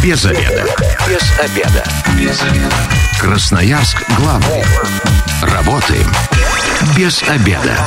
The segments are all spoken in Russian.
Без обеда. Без обеда. Без обеда. Красноярск главный. Работаем без обеда.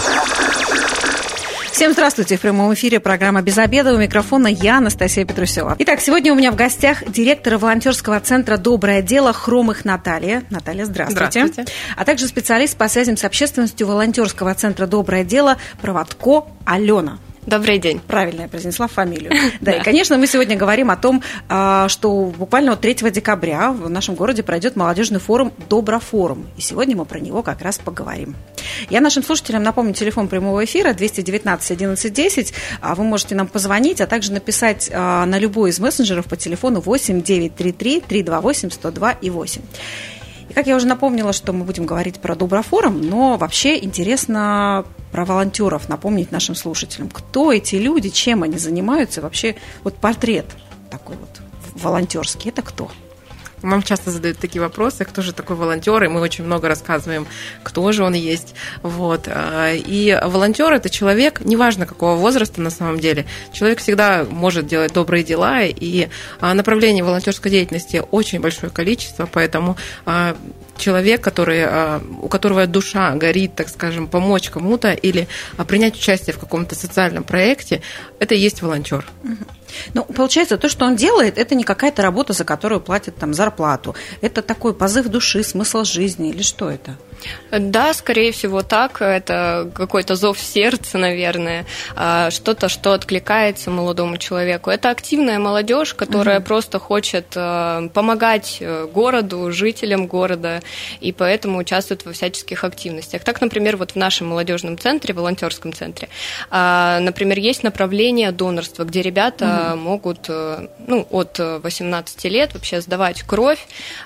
Всем здравствуйте. В прямом эфире программа «Без обеда». У микрофона я, Анастасия Петрусева. Итак, сегодня у меня в гостях директора волонтерского центра «Доброе дело» Хромых Наталья. Наталья, здравствуйте. Здравствуйте. А также специалист по связям с общественностью волонтерского центра «Доброе дело» Проводко Алена. Добрый день. Правильно я произнесла фамилию. Да, и, конечно, мы сегодня говорим о том, что буквально 3 декабря в нашем городе пройдет молодежный форум «Доброфорум». И сегодня мы про него как раз поговорим. Я нашим слушателям напомню телефон прямого эфира 219 11 10. Вы можете нам позвонить, а также написать на любой из мессенджеров по телефону 8 933 328 102 и 8. И как я уже напомнила, что мы будем говорить про Доброфорум, но вообще интересно про волонтеров напомнить нашим слушателям. Кто эти люди, чем они занимаются, вообще вот портрет такой вот волонтерский, это кто? Нам часто задают такие вопросы, кто же такой волонтер, и мы очень много рассказываем, кто же он есть. Вот. И волонтер – это человек, неважно какого возраста на самом деле, человек всегда может делать добрые дела, и направлений волонтерской деятельности очень большое количество, поэтому человек, у которого душа горит, так скажем, помочь кому-то или принять участие в каком-то социальном проекте, это и есть волонтер. Ну, получается, то, что он делает, это не какая-то работа, за которую платят там зарплату. Это такой позыв души, смысл жизни или что это? Да, скорее всего так. Это какой-то зов сердца, наверное, что-то, что откликается молодому человеку. Это активная молодежь, которая просто хочет помогать городу, жителям города, и поэтому участвует во всяческих активностях. Так, например, вот в нашем молодежном центре, волонтерском центре, например, есть направление донорства, где ребята могут от 18 лет вообще сдавать кровь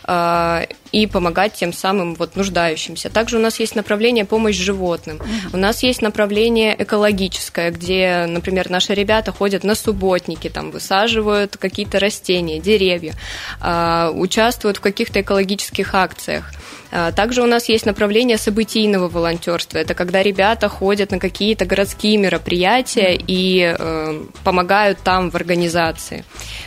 и помогать тем самым вот нуждающимся. Также у нас есть направление помощь животным. У нас есть направление экологическое, где, например, наши ребята ходят на субботники, там высаживают какие-то растения, деревья, участвуют в каких-то экологических акциях. Также у нас есть направление событийного волонтерства. Это когда ребята ходят на какие-то городские мероприятия и помогают там в организации.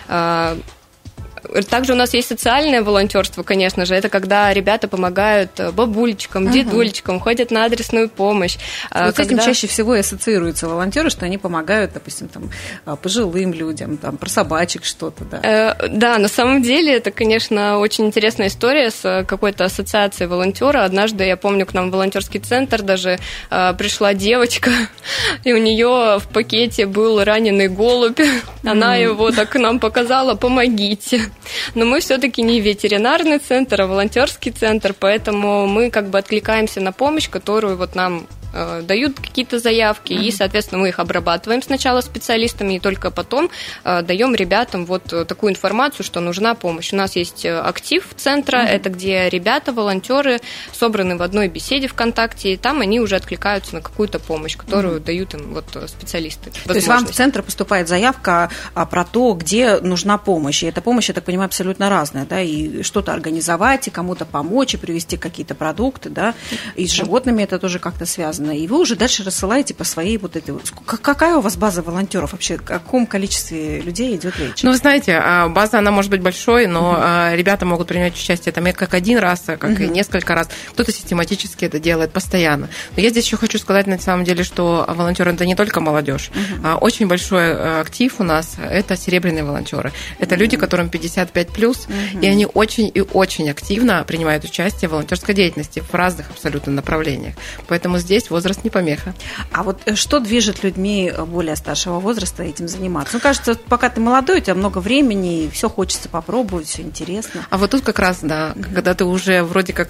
Также у нас есть социальное волонтерство, конечно же. Это когда ребята помогают бабулечкам, дедулечкам, ходят на адресную помощь. Вот с этим чаще всего и ассоциируются волонтеры, что они помогают, допустим, там, пожилым людям, там, про собачек что-то. Да. Да, на самом деле это, конечно, очень интересная история с какой-то ассоциацией волонтера. Однажды, я помню, к нам в волонтерский центр даже пришла девочка, и у нее в пакете был раненый голубь. Она его так нам показала: помогите. Но мы все-таки не ветеринарный центр, а волонтерский центр, поэтому мы как бы откликаемся на помощь, которую вот нам дают какие-то заявки, и, соответственно, мы их обрабатываем сначала специалистами, и только потом даем ребятам вот такую информацию, что нужна помощь. У нас есть актив центра, это где ребята, волонтеры собраны в одной беседе ВКонтакте, и там они уже откликаются на какую-то помощь, которую дают им вот специалисты. То есть вам в центр поступает заявка про то, где нужна помощь, и эта помощь, я так понимаю, абсолютно разная, да, и что-то организовать, и кому-то помочь, и привезти какие-то продукты, да, и с животными это тоже как-то связано. И вы уже дальше рассылаете по своей вот этой... Какая у вас база волонтеров вообще? О каком количестве людей идет речь? Ну, вы знаете, база, она может быть большой, но ребята могут принимать участие там как один раз, как и несколько раз. Кто-то систематически это делает постоянно. Но я здесь еще хочу сказать, на самом деле, что волонтеры – это не только молодежь. Очень большой актив у нас – это серебряные волонтеры. Это люди, которым 55+, и они очень и очень активно принимают участие в волонтерской деятельности в разных абсолютно направлениях. Поэтому здесь возраст не помеха. А вот что движет людьми более старшего возраста этим заниматься? Ну, кажется, пока ты молодой, у тебя много времени, и все хочется попробовать, все интересно. А вот тут как раз, да, когда ты уже вроде как,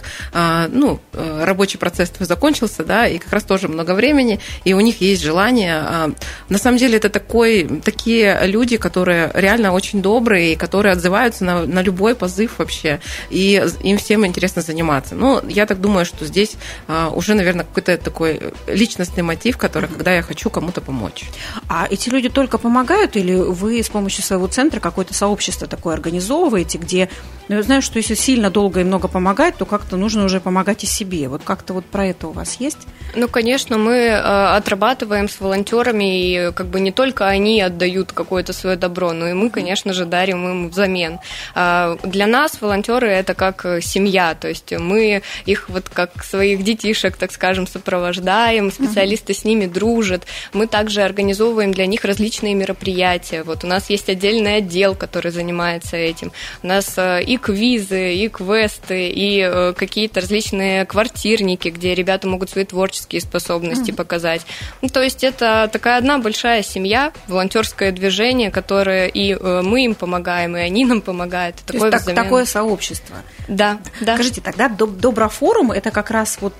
рабочий процесс твой закончился, да, и как раз тоже много времени, и у них есть желание. На самом деле это такие люди, которые реально очень добрые, и которые отзываются на любой позыв вообще, и им всем интересно заниматься. Ну, я так думаю, что здесь уже, наверное, какой-то такой такой личностный мотив, который, когда я хочу кому-то помочь. А эти люди только помогают, или вы с помощью своего центра какое-то сообщество такое организовываете, где, ну, я знаю, что если сильно долго и много помогать, то как-то нужно уже помогать и себе. Вот как-то вот про это у вас есть? Ну, конечно, мы отрабатываем с волонтерами, и как бы не только они отдают какое-то свое добро, но и мы, конечно же, дарим им взамен. Для нас волонтеры это как семья, то есть мы их вот как своих детишек, так скажем, сопровождаем, специалисты с ними дружат. Мы также организовываем для них различные мероприятия. Вот у нас есть отдельный отдел, который занимается этим. У нас и квизы, и квесты, и какие-то различные квартирники, где ребята могут свои творческие способности показать. Ну, то есть это такая одна большая семья, волонтерское движение, которое и мы им помогаем, и они нам помогают. Такое сообщество. Да, да. Скажите, тогда Доброфорум – это как раз вот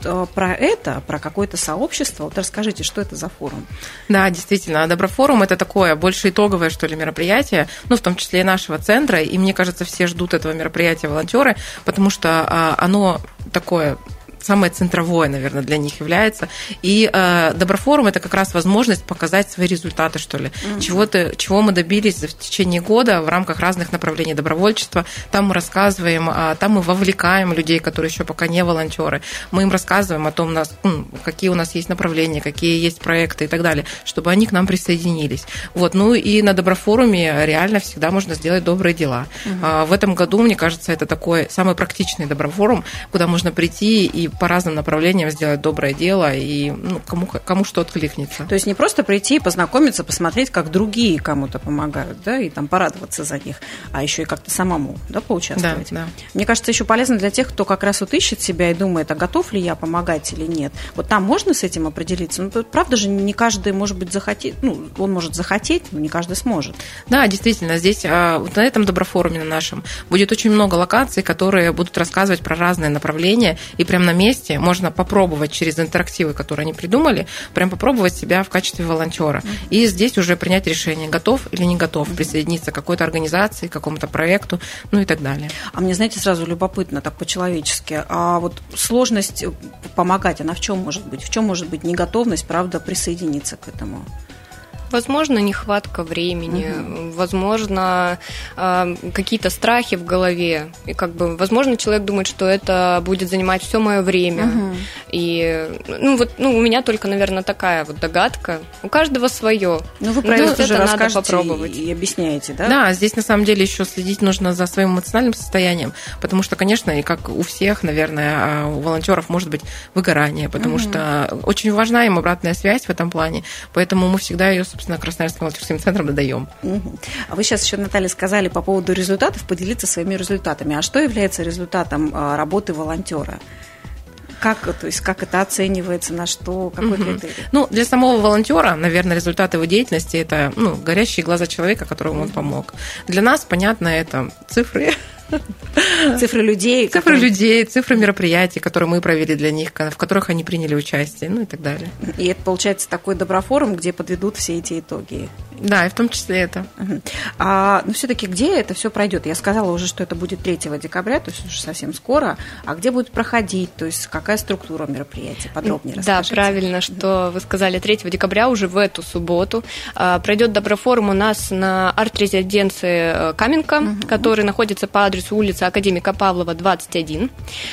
про какое-то сообщество. Вот расскажите, что это за форум? Да, действительно, Доброфорум – это такое больше итоговое, что ли, мероприятие, ну, в том числе и нашего центра, и мне кажется, все ждут этого мероприятия волонтеры, потому что оно такое самое центровое, наверное, для них является. И Доброфорум – это как раз возможность показать свои результаты, что ли. Чего мы добились в течение года в рамках разных направлений добровольчества. Там мы рассказываем, там мы вовлекаем людей, которые еще пока не волонтеры. Мы им рассказываем о том, какие у нас есть направления, какие есть проекты и так далее, чтобы они к нам присоединились. Вот. Ну и на Доброфоруме реально всегда можно сделать добрые дела. В этом году, мне кажется, это такой самый практичный Доброфорум, куда можно прийти и по разным направлениям сделать доброе дело, и кому что откликнется. То есть не просто прийти, познакомиться, посмотреть, как другие кому-то помогают, да, и там порадоваться за них, а еще и как-то самому, да, поучаствовать. Да. Мне кажется, еще полезно для тех, кто как раз вот ищет себя и думает, а готов ли я помогать или нет. Вот там можно с этим определиться? Ну, правда же, не каждый, может быть, захотеть, ну, он может захотеть, но не каждый сможет. Да, действительно, здесь, вот на этом Доброфоруме на нашем, будет очень много локаций, которые будут рассказывать про разные направления, и прям на месте можно попробовать через интерактивы, которые они придумали, прям попробовать себя в качестве волонтера. И здесь уже принять решение, готов или не готов присоединиться к какой-то организации, к какому-то проекту, ну и так далее. А мне, знаете, сразу любопытно, так по-человечески, а вот сложность помогать, она в чем может быть? В чем может быть неготовность, правда, присоединиться к этому? Возможно, нехватка времени, возможно, какие-то страхи в голове. И возможно, человек думает, что это будет занимать все мое время. И у меня только, наверное, такая вот догадка. У каждого свое. Ну, вы про это уже надо попробовать. И объясняете, да? Да, здесь на самом деле еще следить нужно за своим эмоциональным состоянием, потому что, конечно, и как у всех, наверное, у волонтеров может быть выгорание, потому что очень важна им обратная связь в этом плане, поэтому мы всегда ее, собственно, Красноярским волонтерским центром додаем. А вы сейчас еще, Наталья, сказали по поводу результатов, поделиться своими результатами. А что является результатом работы волонтера? Как это оценивается, на что, какой критерий? Ну, для самого волонтера, наверное, результаты его деятельности – это горящие глаза человека, которому он помог. Для нас, понятно, это цифры. Цифры людей. Цифры мероприятий, которые мы провели для них, в которых они приняли участие, ну и так далее. И это, получается, такой Доброфорум, где подведут все эти итоги. Да, и в том числе это. Но все-таки где это все пройдет? Я сказала уже, что это будет 3 декабря, то есть уже совсем скоро. А где будет проходить? То есть какая структура мероприятия? Подробнее расскажите. Да, правильно, что вы сказали, 3 декабря, уже в эту субботу. Пройдет Доброфорум у нас на арт-резиденции Каменка, который находится по адресу улица Академика Павлова, 21.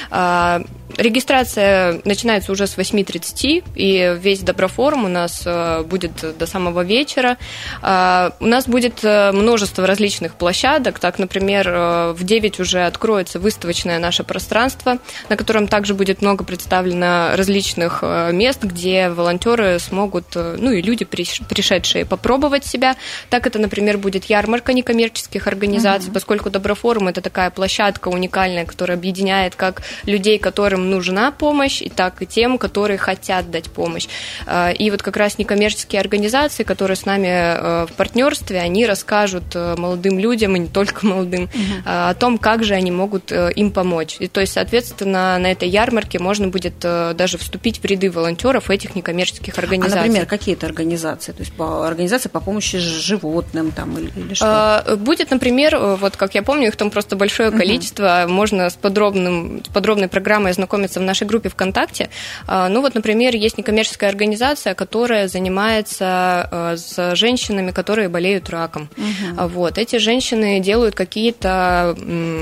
Регистрация начинается уже с 8:30, и весь Доброфорум у нас будет до самого вечера. У нас будет множество различных площадок. Так, например, в 9 уже откроется выставочное наше пространство, на котором также будет много представлено различных мест, где волонтеры смогут, и люди, пришедшие, попробовать себя. Так это, например, будет ярмарка некоммерческих организаций, поскольку Доброфорум – это такая площадка уникальная, которая объединяет как людей, которым нужна помощь, и так и тем, которые хотят дать помощь. И вот как раз некоммерческие организации, которые с нами в партнерстве, они расскажут молодым людям, и не только молодым, о том, как же они могут им помочь. И то есть, соответственно, на этой ярмарке можно будет даже вступить в ряды волонтеров этих некоммерческих организаций. А, например, какие-то организации? То есть организации по помощи животным там, или что? Будет, например, вот как я помню, их там просто большое количество, можно с подробной программой ознакомиться познакомиться в нашей группе ВКонтакте. Например, есть некоммерческая организация, которая занимается с женщинами, которые болеют раком. Эти женщины делают какие-то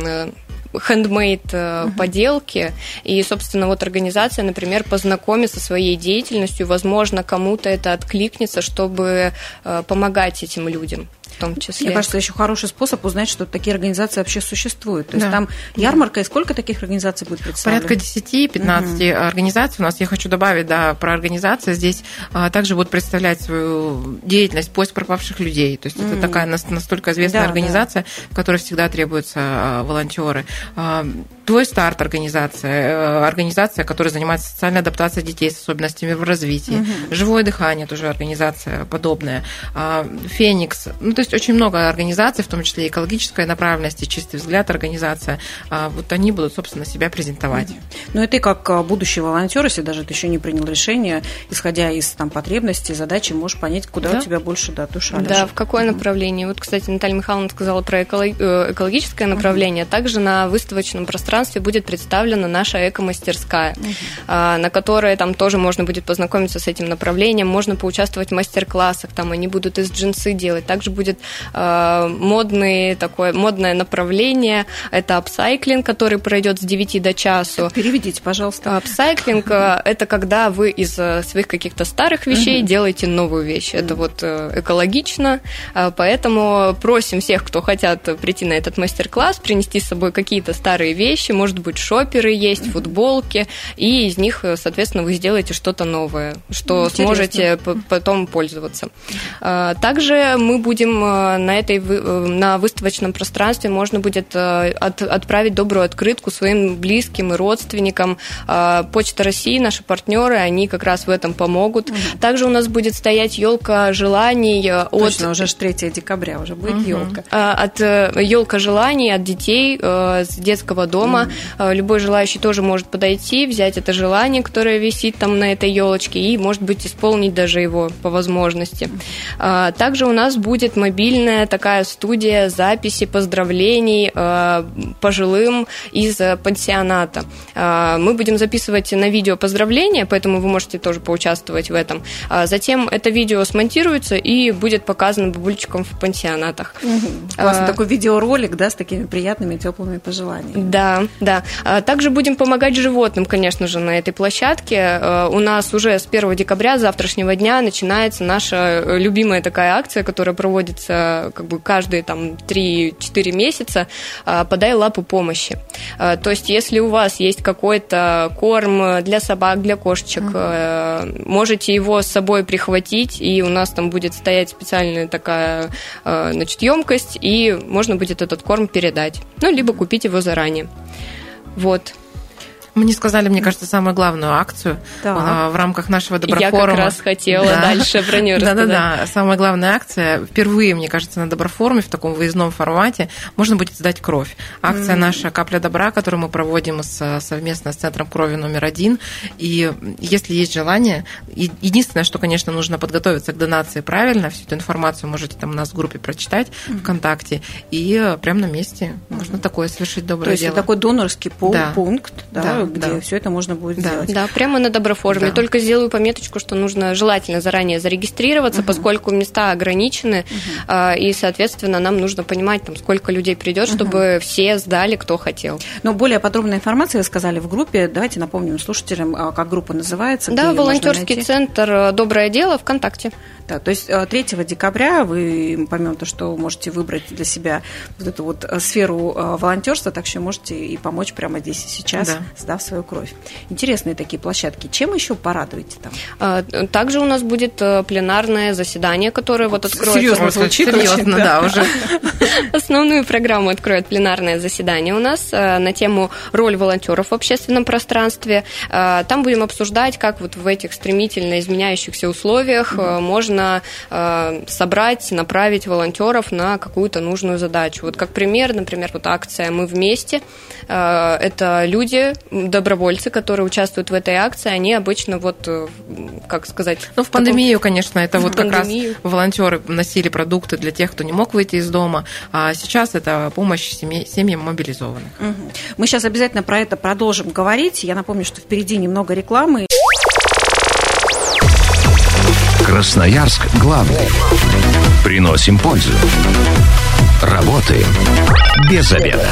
handmade поделки, и, собственно, организация, например, познакомит со своей деятельностью, возможно, кому-то это откликнется, чтобы помогать этим людям. В том числе. Мне кажется, еще хороший способ узнать, что такие организации вообще существуют. То есть там ярмарка, и сколько таких организаций будет представлено? Порядка 10-15 организаций у нас. Я хочу добавить, про организации. Здесь также будут представлять свою деятельность поиск пропавших людей. То есть это такая настолько известная организация, в которой всегда требуются волонтеры. Твой старт организация, которая занимается социальной адаптацией детей с особенностями в развитии. Живое дыхание, тоже организация подобная. Феникс. То есть очень много организаций, в том числе экологическая направленность и чистый взгляд организация. Они будут, собственно, себя презентовать. Ну и ты, как будущий волонтер, если даже ты еще не принял решение, исходя из потребностей, задачи, можешь понять, куда у тебя больше душа лежит. Да, в какое направление. Кстати, Наталья Михайловна сказала про экологическое направление. Также на выставочном пространстве будет представлена наша эко-мастерская, на которой там тоже можно будет познакомиться с этим направлением, можно поучаствовать в мастер-классах, там они будут из джинсы делать. Также будет модное направление, это апсайклинг, который пройдет с 9 до часу. Переведите, пожалуйста. Апсайклинг – это когда вы из своих каких-то старых вещей делаете новую вещь. Это экологично, поэтому просим всех, кто хотят прийти на этот мастер-класс, принести с собой какие-то старые вещи, может быть, шоперы есть, футболки, и из них, соответственно, вы сделаете что-то новое, что сможете потом пользоваться. Также мы будем на выставочном пространстве, можно будет отправить добрую открытку своим близким и родственникам. Почта России, наши партнеры, они как раз в этом помогут. Также у нас будет стоять елка желаний. Точно, уже 3 декабря уже будет елка. Елка желаний от детей с детского дома. Любой желающий тоже может подойти, взять это желание, которое висит там на этой елочке, и, может быть, исполнить даже его по возможности. Также у нас будет мобильная такая студия записи поздравлений пожилым из пансионата. Мы будем записывать на видео поздравления, поэтому вы можете тоже поучаствовать в этом. Затем это видео смонтируется и будет показано бабульчикам в пансионатах. Классно, такой видеоролик, с такими приятными, теплыми пожеланиями. Да. Также будем помогать животным, конечно же, на этой площадке. У нас уже с 1 декабря, с завтрашнего дня, начинается наша любимая такая акция, которая проводится каждые 3-4 месяца. «Подай лапу помощи». То есть, если у вас есть какой-то корм для собак, для кошечек, можете его с собой прихватить, и у нас там будет стоять специальная такая емкость, и можно будет этот корм передать. Либо купить его заранее. Мы не сказали, мне кажется, самую главную акцию в рамках нашего Доброфорума. Я как раз хотела дальше про нее рассказать. Да. Самая главная акция. Впервые, мне кажется, на Доброфоруме в таком выездном формате можно будет сдать кровь. Акция наша «Капля добра», которую мы проводим совместно с Центром крови номер 1. И если есть желание, единственное, что, конечно, нужно подготовиться к донации правильно, всю эту информацию можете там у нас в группе прочитать ВКонтакте, и прямо на месте можно такое совершить доброе дело. То есть такой донорский пункт, где все это можно будет сделать. Да, прямо на Доброфоруме. Только сделаю пометочку, что нужно желательно заранее зарегистрироваться, поскольку места ограничены, и, соответственно, нам нужно понимать, сколько людей придет, чтобы все сдали, кто хотел. Но более подробная информация, вы сказали, в группе. Давайте напомним слушателям, как группа называется. Да, волонтерский центр «Доброе дело» ВКонтакте. Да, то есть 3 декабря вы, помимо того, что можете выбрать для себя эту сферу волонтерства, так что можете и помочь прямо здесь и сейчас, сдав свою кровь. Интересные такие площадки. Чем еще порадуете там? Также у нас будет пленарное заседание, которое откроется. Серьезно звучит. Серьезно, уже. Основную программу откроет пленарное заседание у нас на тему «Роль волонтеров в общественном пространстве». Там будем обсуждать, как в этих стремительно изменяющихся условиях можно нужно собрать, направить волонтеров на какую-то нужную задачу. Вот как пример, например, вот акция «Мы вместе». Это люди, добровольцы, которые участвуют в этой акции, они обычно вот, как сказать... Ну, в пандемию, конечно, это вот как раз волонтеры носили продукты для тех, кто не мог выйти из дома, а сейчас это помощь семьям мобилизованных. Мы сейчас обязательно про это продолжим говорить. Я напомню, что впереди немного рекламы. Красноярск главный. Приносим пользу. Работаем без обеда.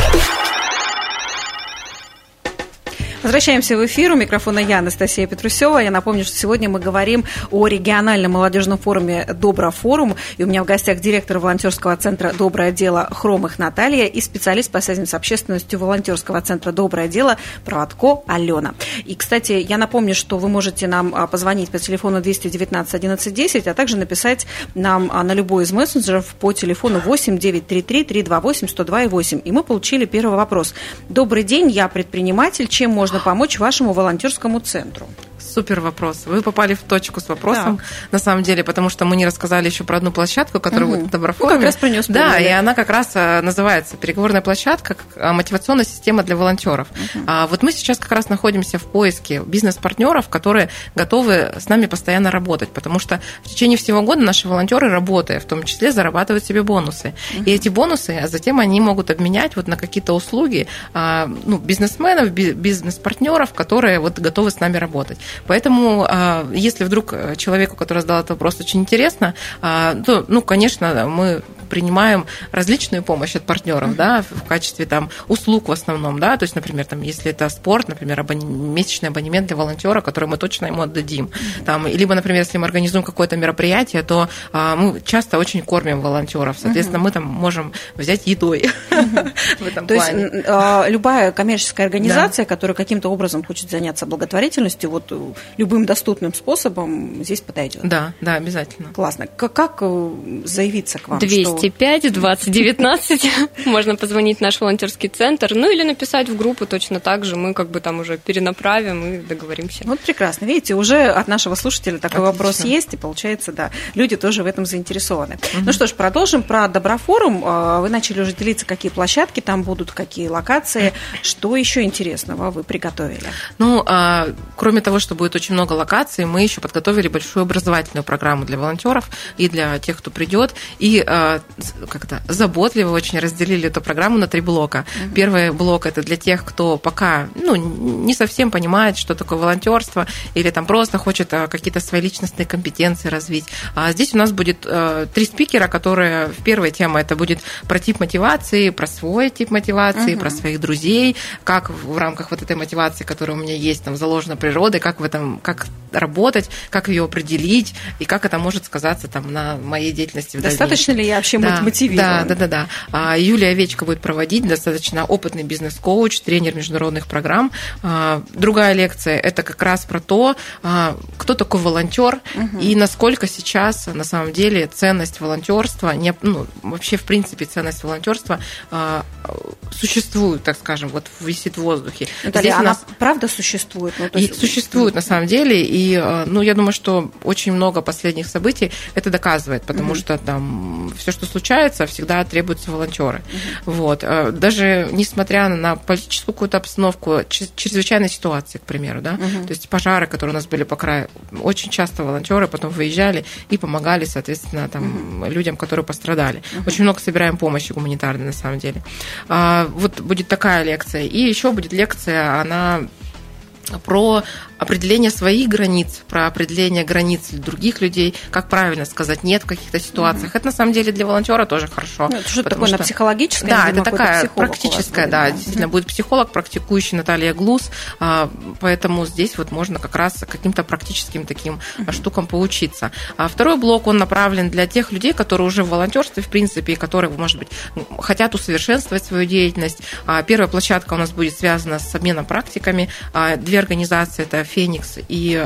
Возвращаемся в эфир. У микрофона я, Анастасия Петрусева. Я напомню, что сегодня мы говорим о региональном молодежном форуме «Доброфорум». И у меня в гостях директор волонтерского центра «Доброе дело» Хромых Наталья и специалист по связям с общественностью волонтерского центра «Доброе дело» Проводко Алена. И, кстати, я напомню, что вы можете нам позвонить по телефону 219 11 10, а также написать нам на любой из мессенджеров по телефону 8 933 328 102 8. И мы получили первый вопрос. Добрый день, я предприниматель. Чем можно помочь вашему волонтерскому центру? Супер вопрос. Вы попали в точку с вопросом, на самом деле, потому что мы не рассказали еще про одну площадку, которая будет в Доброфоруме. Как раз про нее вспомнили. Да, и она как раз называется «Переговорная площадка. Мотивационная система для волонтеров». Вот мы сейчас как раз находимся в поиске бизнес-партнеров, которые готовы с нами постоянно работать, потому что в течение всего года наши волонтеры, работая, в том числе, зарабатывают себе бонусы. И эти бонусы затем они могут обменять вот на какие-то услуги бизнесменов, бизнес-партнеров, которые вот готовы с нами работать. Поэтому, если вдруг человеку, который задал этот вопрос, очень интересно, то, конечно, мы принимаем различную помощь от партнеров, да, в качестве там услуг в основном, да, то есть, например, там, если это спорт, например, месячный абонемент для волонтера, который мы точно ему отдадим, там, либо, например, если мы организуем какое-то мероприятие, то мы часто очень кормим волонтеров, соответственно, мы там можем взять едой в этом плане. То есть любая коммерческая организация, которая каким-то образом хочет заняться благотворительностью, вот любым доступным способом здесь подойдет. Да, обязательно. Классно. Как заявиться к вам? 205-2019. Можно позвонить в наш волонтерский центр, или написать в группу точно так же. Мы как бы там уже перенаправим и договоримся. Вот прекрасно. Видите, уже от нашего слушателя такой вопрос есть, и получается, да, люди тоже в этом заинтересованы. Ну что ж, продолжим про Доброфорум. Вы начали уже делиться, какие площадки там будут, какие локации. Что еще интересного вы приготовили? Кроме того, что будет очень много локаций, мы еще подготовили большую образовательную программу для волонтеров и для тех, кто придет, и как-то заботливо очень разделили эту программу на 3 блока. Первый блок – это для тех, кто пока не совсем понимает, что такое волонтерство, или там просто хочет какие-то свои личностные компетенции развить. Здесь у нас будет 3 спикера, которые в первой теме это будет про тип мотивации, про свой тип мотивации, про своих друзей, как в рамках вот этой мотивации, которая у меня есть, там заложена природой, как работать, как ее определить, и как это может сказаться там на моей деятельности в дальнейшем. Достаточно ли я вообще мотивирована? Да. Юлия Овечко будет проводить, достаточно опытный бизнес-коуч, тренер международных программ. Другая лекция – это как раз про то, кто такой волонтер и насколько сейчас на самом деле ценность волонтерства, вообще в принципе ценность волонтерства существует, так скажем, вот висит в воздухе. Наталья, она правда существует? Существует на самом деле, и я думаю, что очень много последних событий это доказывает, потому что там все, что случается, всегда требуются волонтеры. Вот. Даже несмотря на политическую какую-то обстановку, чрезвычайной ситуации, к примеру, да, то есть пожары, которые у нас были по краю, очень часто волонтеры потом выезжали и помогали, соответственно, там, людям, которые пострадали. Очень много собираем помощи гуманитарной, на самом деле. Вот будет такая лекция. И еще будет лекция, она про определение своих границ, про определение границ других людей, как правильно сказать «нет» в каких-то ситуациях. Это, на самом деле, для волонтера тоже хорошо. Это что-то такое на психологическое? Да, это такая практическая, да, действительно, будет психолог, практикующий Наталья Глус, поэтому здесь вот можно как раз каким-то практическим таким штукам поучиться. А второй блок, он направлен для тех людей, которые уже в волонтерстве, в принципе, и которые, может быть, хотят усовершенствовать свою деятельность. Первая площадка у нас будет связана с обменом практиками. 2 организации, это «Феникс» и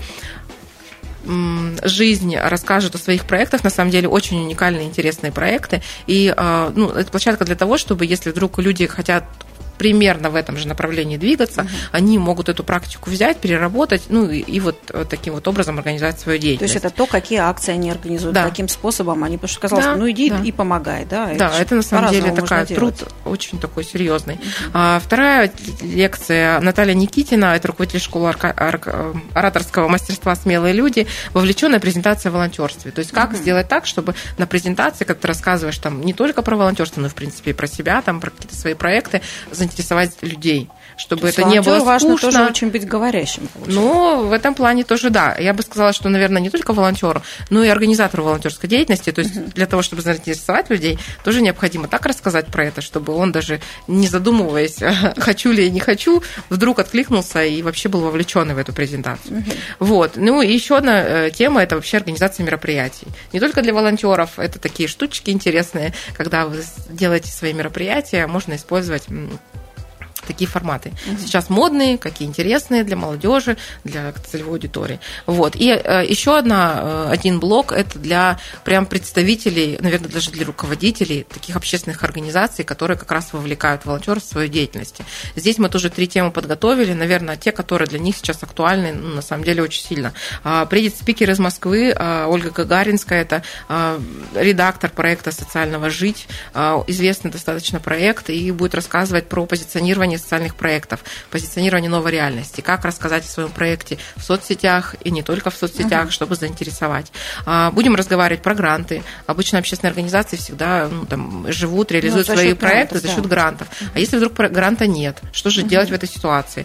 «Жизнь» расскажет о своих проектах. На самом деле очень уникальные, интересные проекты. И это площадка для того, чтобы, если вдруг люди хотят примерно в этом же направлении двигаться, они могут эту практику взять, переработать, и вот таким вот образом организовать свою деятельность. То есть это то, какие акции они организуют, каким способом они, потому что казалось, иди и помогай, да? Да, это на самом деле труд очень такой серьезный. Вторая лекция Наталья Никитина, это руководитель школы ораторского мастерства «Смелые люди», вовлеченная презентация о волонтерстве. То есть как сделать так, чтобы на презентации, как ты рассказываешь, там не только про волонтерство, но, в принципе, и про себя, там, про какие-то свои проекты, заинтересовать людей, чтобы это не было скучно. Важно тоже очень быть говорящим. Ну, в этом плане тоже да. Я бы сказала, что, наверное, не только волонтеру, но и организатору волонтерской деятельности. То есть для того, чтобы заинтересовать людей, тоже необходимо так рассказать про это, чтобы он даже не задумываясь, хочу ли я не хочу, вдруг откликнулся и вообще был вовлечен в эту презентацию. Вот. Ну, и еще одна тема – это вообще организация мероприятий. Не только для волонтеров, это такие штучки интересные, когда вы делаете свои мероприятия, можно использовать такие форматы. Сейчас модные, какие интересные для молодежи, для целевой аудитории. Вот. И еще один блок – это для прям представителей, наверное, даже для руководителей таких общественных организаций, которые как раз вовлекают волонтеров в свою деятельность. Здесь мы тоже 3 темы подготовили, наверное, те, которые для них сейчас актуальны, на самом деле очень сильно. Приедет спикер из Москвы, Ольга Гагаринская, это редактор проекта «Социального жить», известный достаточно проект, и будет рассказывать про позиционирование социальных проектов, позиционирование новой реальности, как рассказать о своем проекте в соцсетях и не только в соцсетях, чтобы заинтересовать. Будем разговаривать про гранты. Обычно общественные организации всегда живут, реализуют свои проекты за счет грантов. А если вдруг гранта нет, что же делать в этой ситуации?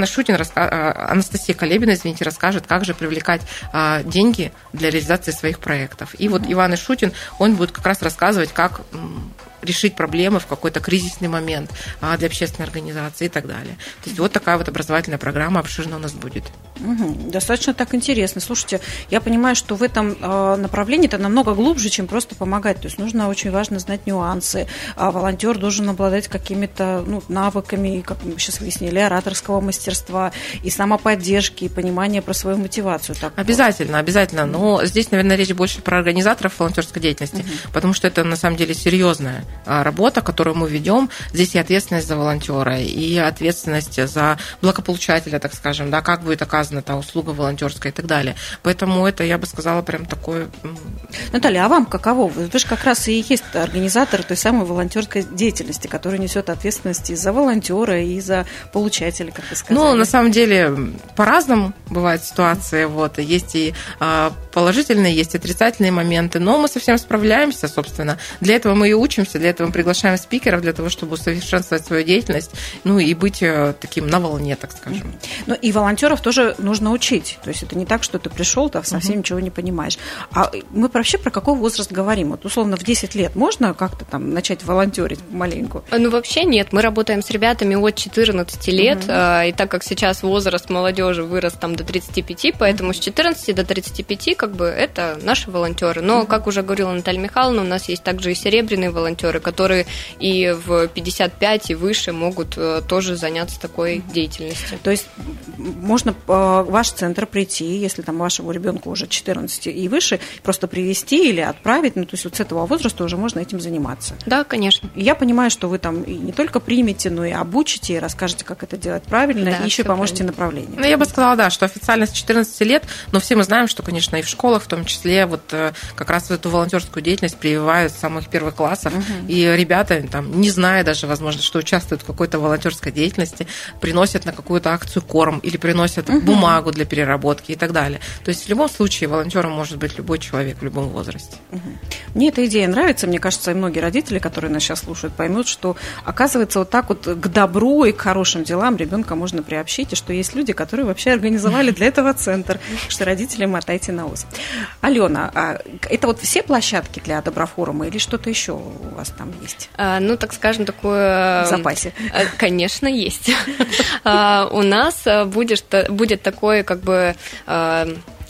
Анастасия Колебина, расскажет, как же привлекать деньги для реализации своих проектов. И вот Иван Ишутин, он будет как раз рассказывать, как решить проблемы в какой-то кризисный момент для общественной организации и так далее. То есть вот такая вот образовательная программа обширная у нас будет. Достаточно так интересно. Слушайте, я понимаю, что в этом направлении это намного глубже, чем просто помогать. То есть нужно очень важно знать нюансы. Волонтер должен обладать какими-то навыками, как мы сейчас выяснили, ораторского мастерства, и самоподдержки, и понимания про свою мотивацию. Так обязательно. Но здесь, наверное, речь больше про организаторов волонтерской деятельности, потому что это на самом деле серьезная работа, которую мы ведем. Здесь и ответственность за волонтера, и ответственность за благополучателя, так скажем, да, как будет оказана та услуга волонтерская и так далее. Поэтому это, я бы сказала, прям такое... Наталья, а вам каково? Вы же как раз и есть организатор той самой волонтерской деятельности, которая несет ответственность и за волонтера, и за получателя, как вы сказали. На самом деле, по-разному бывают ситуации. Вот. Есть и положительные, есть отрицательные моменты, но мы со всем справляемся, собственно. Для этого мы и учимся, для этого мы приглашаем спикеров, для того, чтобы усовершенствовать свою деятельность, и быть таким на волне, так скажем. И волонтеров тоже нужно учить. То есть это не так, что ты пришел, ты совсем ничего не понимаешь. А мы вообще про какой возраст говорим? Вот условно в 10 лет можно как-то там начать волонтерить маленько? Вообще нет. Мы работаем с ребятами от 14 лет, и так как сейчас возраст молодежи вырос там до 35, поэтому с 14 до 35 это наши волонтеры. Но, как уже говорила Наталья Михайловна, у нас есть также и серебряные волонтеры, которые и в 55 и выше могут тоже заняться такой деятельностью. То есть можно в ваш центр прийти, если там вашему ребенку уже 14 и выше, просто привезти или отправить, то есть вот с этого возраста уже можно этим заниматься. Да, конечно. И я понимаю, что вы там и не только примете, но и обучите, и расскажете, как это делать правильно, и еще поможете направлению. Я бы сказала, да, что официально с 14 лет, но все мы знаем, что, конечно, и в школах в том числе вот как раз эту волонтерскую деятельность прививают с самых первых классов, и ребята, там, не зная даже, возможно, что участвуют в какой-то волонтерской деятельности, приносят на какую-то акцию корм или приносят бумагу для переработки и так далее. То есть в любом случае волонтером может быть любой человек в любом возрасте. Мне эта идея нравится. Мне кажется, и многие родители, которые нас сейчас слушают, поймут, что, оказывается, вот так вот к добру и к хорошим делам ребенка можно приобщить, и что есть люди, которые вообще организовали для этого центр, что родители мотайте на ус. Алена, а это вот все площадки для Доброфорума или что-то еще у вас там есть? Так скажем, такое... В запасе. Конечно, есть. У нас будет такой,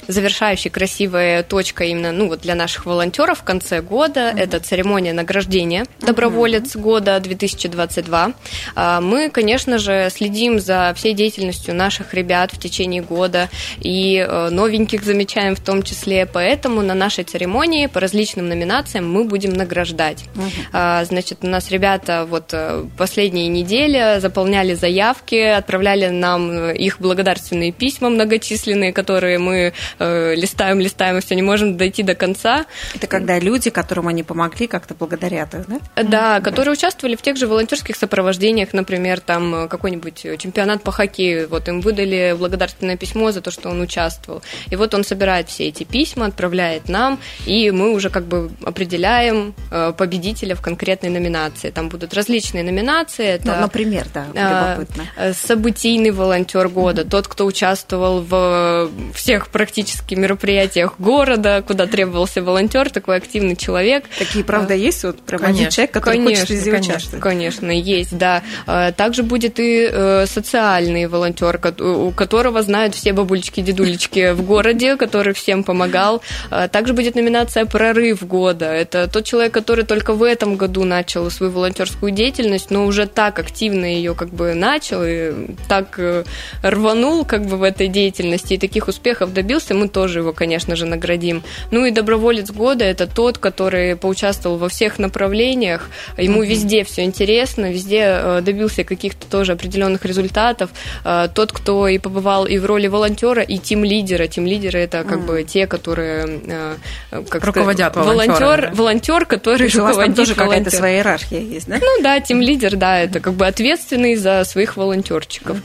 завершающей красивой точкой именно для наших волонтеров в конце года. Это церемония награждения «Доброволец года 2022». Мы, конечно же, следим за всей деятельностью наших ребят в течение года и новеньких замечаем в том числе. Поэтому на нашей церемонии по различным номинациям мы будем награждать. Значит, у нас ребята последние недели заполняли заявки, отправляли нам их благодарственные письма многочисленные, которые мы листаем, и все не можем дойти до конца. Это когда люди, которым они помогли, как-то благодарят их, да? Да, которые участвовали в тех же волонтерских сопровождениях, например, там какой-нибудь чемпионат по хоккею, им выдали благодарственное письмо за то, что он участвовал. И он собирает все эти письма, отправляет нам, и мы уже определяем победителя в конкретной номинации. Там будут различные номинации. Это, например, любопытно. Событийный волонтер года, тот, кто участвовал в всех практически мероприятиях города, куда требовался волонтер, такой активный человек. Такие, правда, есть? Прям один человек, который хочет везде участвовать. Конечно, есть, да. Также будет и социальный волонтер, у которого знают все бабулечки, дедулечки в городе, который всем помогал. Также будет номинация «Прорыв года». Это тот человек, который только в этом году начал свою волонтерскую деятельность, но уже так активно ее начал и так рванул в этой деятельности и таких успехов добился, мы тоже его, конечно же, наградим. И доброволец года – это тот, который поучаствовал во всех направлениях, ему везде все интересно, везде добился каких-то тоже определенных результатов. Тот, кто и побывал и в роли волонтера, и тим-лидера. Тим-лидеры – это те, которые руководят волонтер, который руководит. У вас там тоже какая-то своя иерархия есть, да? Да, тим-лидер, да, это ответственный за своих волонтерчиков.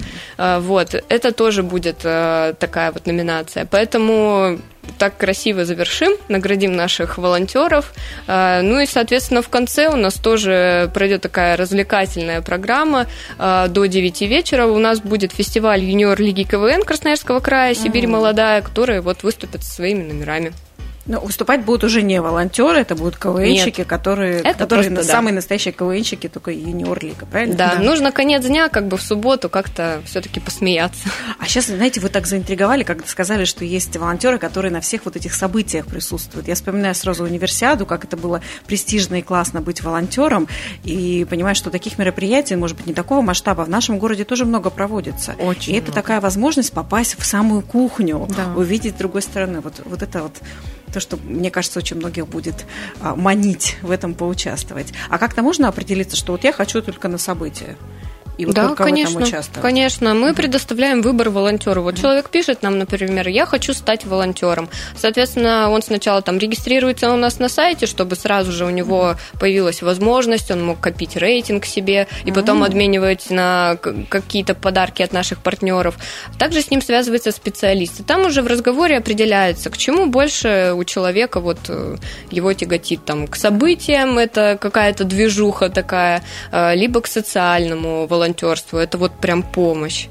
Это тоже будет такая номинация. Поэтому так красиво завершим, наградим наших волонтеров. И, соответственно, в конце у нас тоже пройдет такая развлекательная программа. До 9 вечера у нас будет фестиваль юниор лиги КВН Красноярского края «Сибирь молодая», которые выступят со своими номерами. Но выступать будут уже не волонтеры, это будут КВНщики, которые самые настоящие КВНщики, только юниор-лига, правильно? Да, нужно конец дня, в субботу как-то все-таки посмеяться. А сейчас, знаете, вы так заинтриговали, когда сказали, что есть волонтеры, которые на всех этих событиях присутствуют. Я вспоминаю сразу универсиаду, как это было престижно и классно быть волонтером, и понимаю, что таких мероприятий, может быть, не такого масштаба, в нашем городе тоже много проводится. Очень и это такая возможность попасть в самую кухню, увидеть с другой стороны. Это то, что, мне кажется, очень многих будет манить в этом поучаствовать. А как-то можно определиться, что я хочу только на события? И только конечно, в этом участвовать. Конечно, мы предоставляем выбор волонтеру. Человек пишет нам, например, я хочу стать волонтером. Соответственно, он сначала регистрируется у нас на сайте, чтобы сразу же у него появилась возможность, он мог копить рейтинг себе и потом обменивать на какие-то подарки от наших партнеров. Также с ним связывается специалист. И там уже в разговоре определяется, к чему больше у человека его тяготит. К событиям, это какая-то движуха такая, либо к социальному волонтерству. Это прям помощь.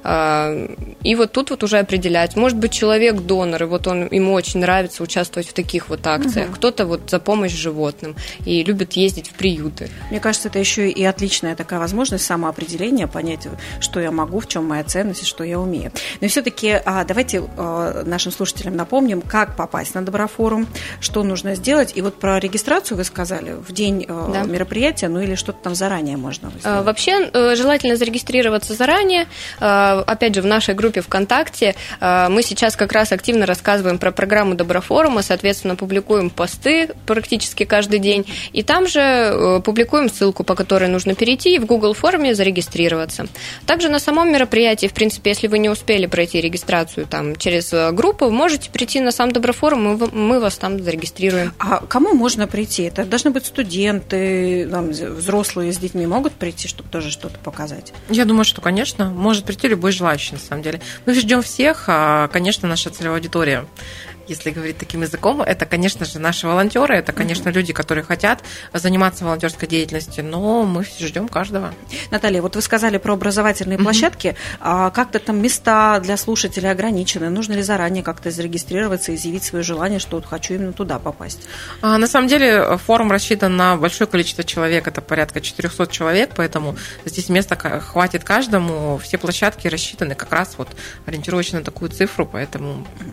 И тут уже определяется. Может быть, человек донор, и ему очень нравится участвовать в таких акциях. Кто-то за помощь животным и любит ездить в приюты. Мне кажется, это еще и отличная такая возможность самоопределения, понять, что я могу, в чем моя ценность и что я умею. Но все-таки давайте нашим слушателям напомним, как попасть на Доброфорум, что нужно сделать. И про регистрацию вы сказали в день мероприятия, или что-то там заранее можно сделать? Вообще, желательно зарегистрироваться заранее. Опять же, в нашей группе ВКонтакте мы сейчас как раз активно рассказываем про программу Доброфорума, соответственно, публикуем посты практически каждый день, и там же публикуем ссылку, по которой нужно перейти и в Google форме зарегистрироваться. Также на самом мероприятии, в принципе, если вы не успели пройти регистрацию через группу, можете прийти на сам Доброфорум, и мы вас там зарегистрируем. А кому можно прийти? Это должны быть студенты, взрослые с детьми могут прийти, чтобы тоже что-то показать? Я думаю, что, конечно, может прийти любой желающий, на самом деле. Мы ждем всех, конечно, наша целевая аудитория. Если говорить таким языком, это, конечно же, наши волонтеры, это, конечно, люди, которые хотят заниматься волонтерской деятельностью, но мы ждем каждого. Наталья, вы сказали про образовательные площадки. Как-то там места для слушателей ограничены? Нужно ли заранее как-то зарегистрироваться и изъявить свое желание, что хочу именно туда попасть? На самом деле форум рассчитан на большое количество человек, это порядка 400 человек, поэтому здесь места хватит каждому. Все площадки рассчитаны как раз ориентировочно на такую цифру, поэтому...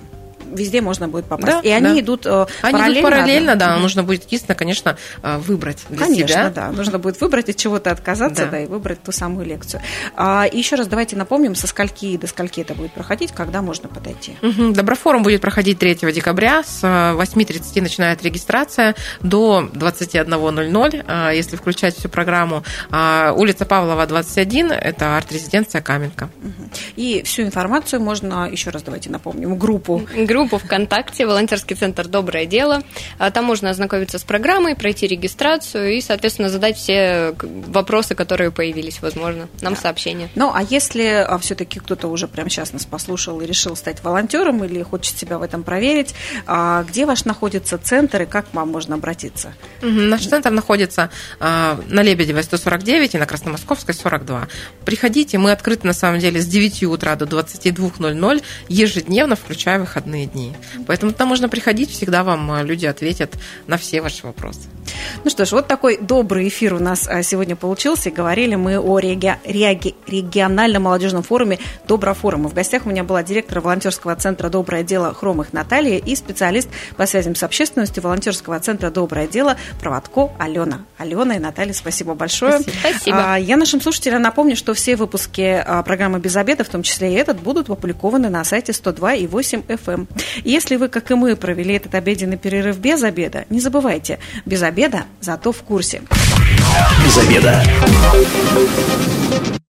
везде можно будет попасть. Да, и они идут параллельно, да. Нужно будет, единственное, конечно, выбрать для себя. Конечно, да. Нужно будет выбрать, от чего-то отказаться, да, и выбрать ту самую лекцию. И еще раз давайте напомним, со скольки до скольки это будет проходить, когда можно подойти. Доброфорум будет проходить 3 декабря. С 8:30 начинает регистрация до 21:00, если включать всю программу. Улица Павлова, 21, это арт-резиденция Каменка. И всю информацию можно, еще раз давайте напомним, группу ВКонтакте, волонтерский центр «Доброе дело». Там можно ознакомиться с программой, пройти регистрацию и, соответственно, задать все вопросы, которые появились, возможно, нам сообщение. Ну, а если все-таки кто-то уже прямо сейчас нас послушал и решил стать волонтером или хочет себя в этом проверить, где ваш находится центр и как к вам можно обратиться? Наш центр находится на Лебедевой 149 и на Красномосковской 42. Приходите, мы открыты на самом деле с 9 утра до 22:00 ежедневно, включая выходные дни. Поэтому там можно приходить, всегда вам люди ответят на все ваши вопросы. Ну что ж, вот такой добрый эфир у нас сегодня получился. И говорили мы о региональном молодежном форуме «Доброфорум». И в гостях у меня была директор волонтерского центра «Доброе дело» Хромых Наталья и специалист по связям с общественностью волонтерского центра «Доброе дело» Проводко Алена. Алена и Наталья, спасибо большое. Спасибо. Я нашим слушателям напомню, что все выпуски программы «Без обеда», в том числе и этот, будут опубликованы на сайте 102,8 FM. И если вы, как и мы, провели этот обеденный перерыв без обеда, не забывайте, без обеда, зато в курсе. Без обеда.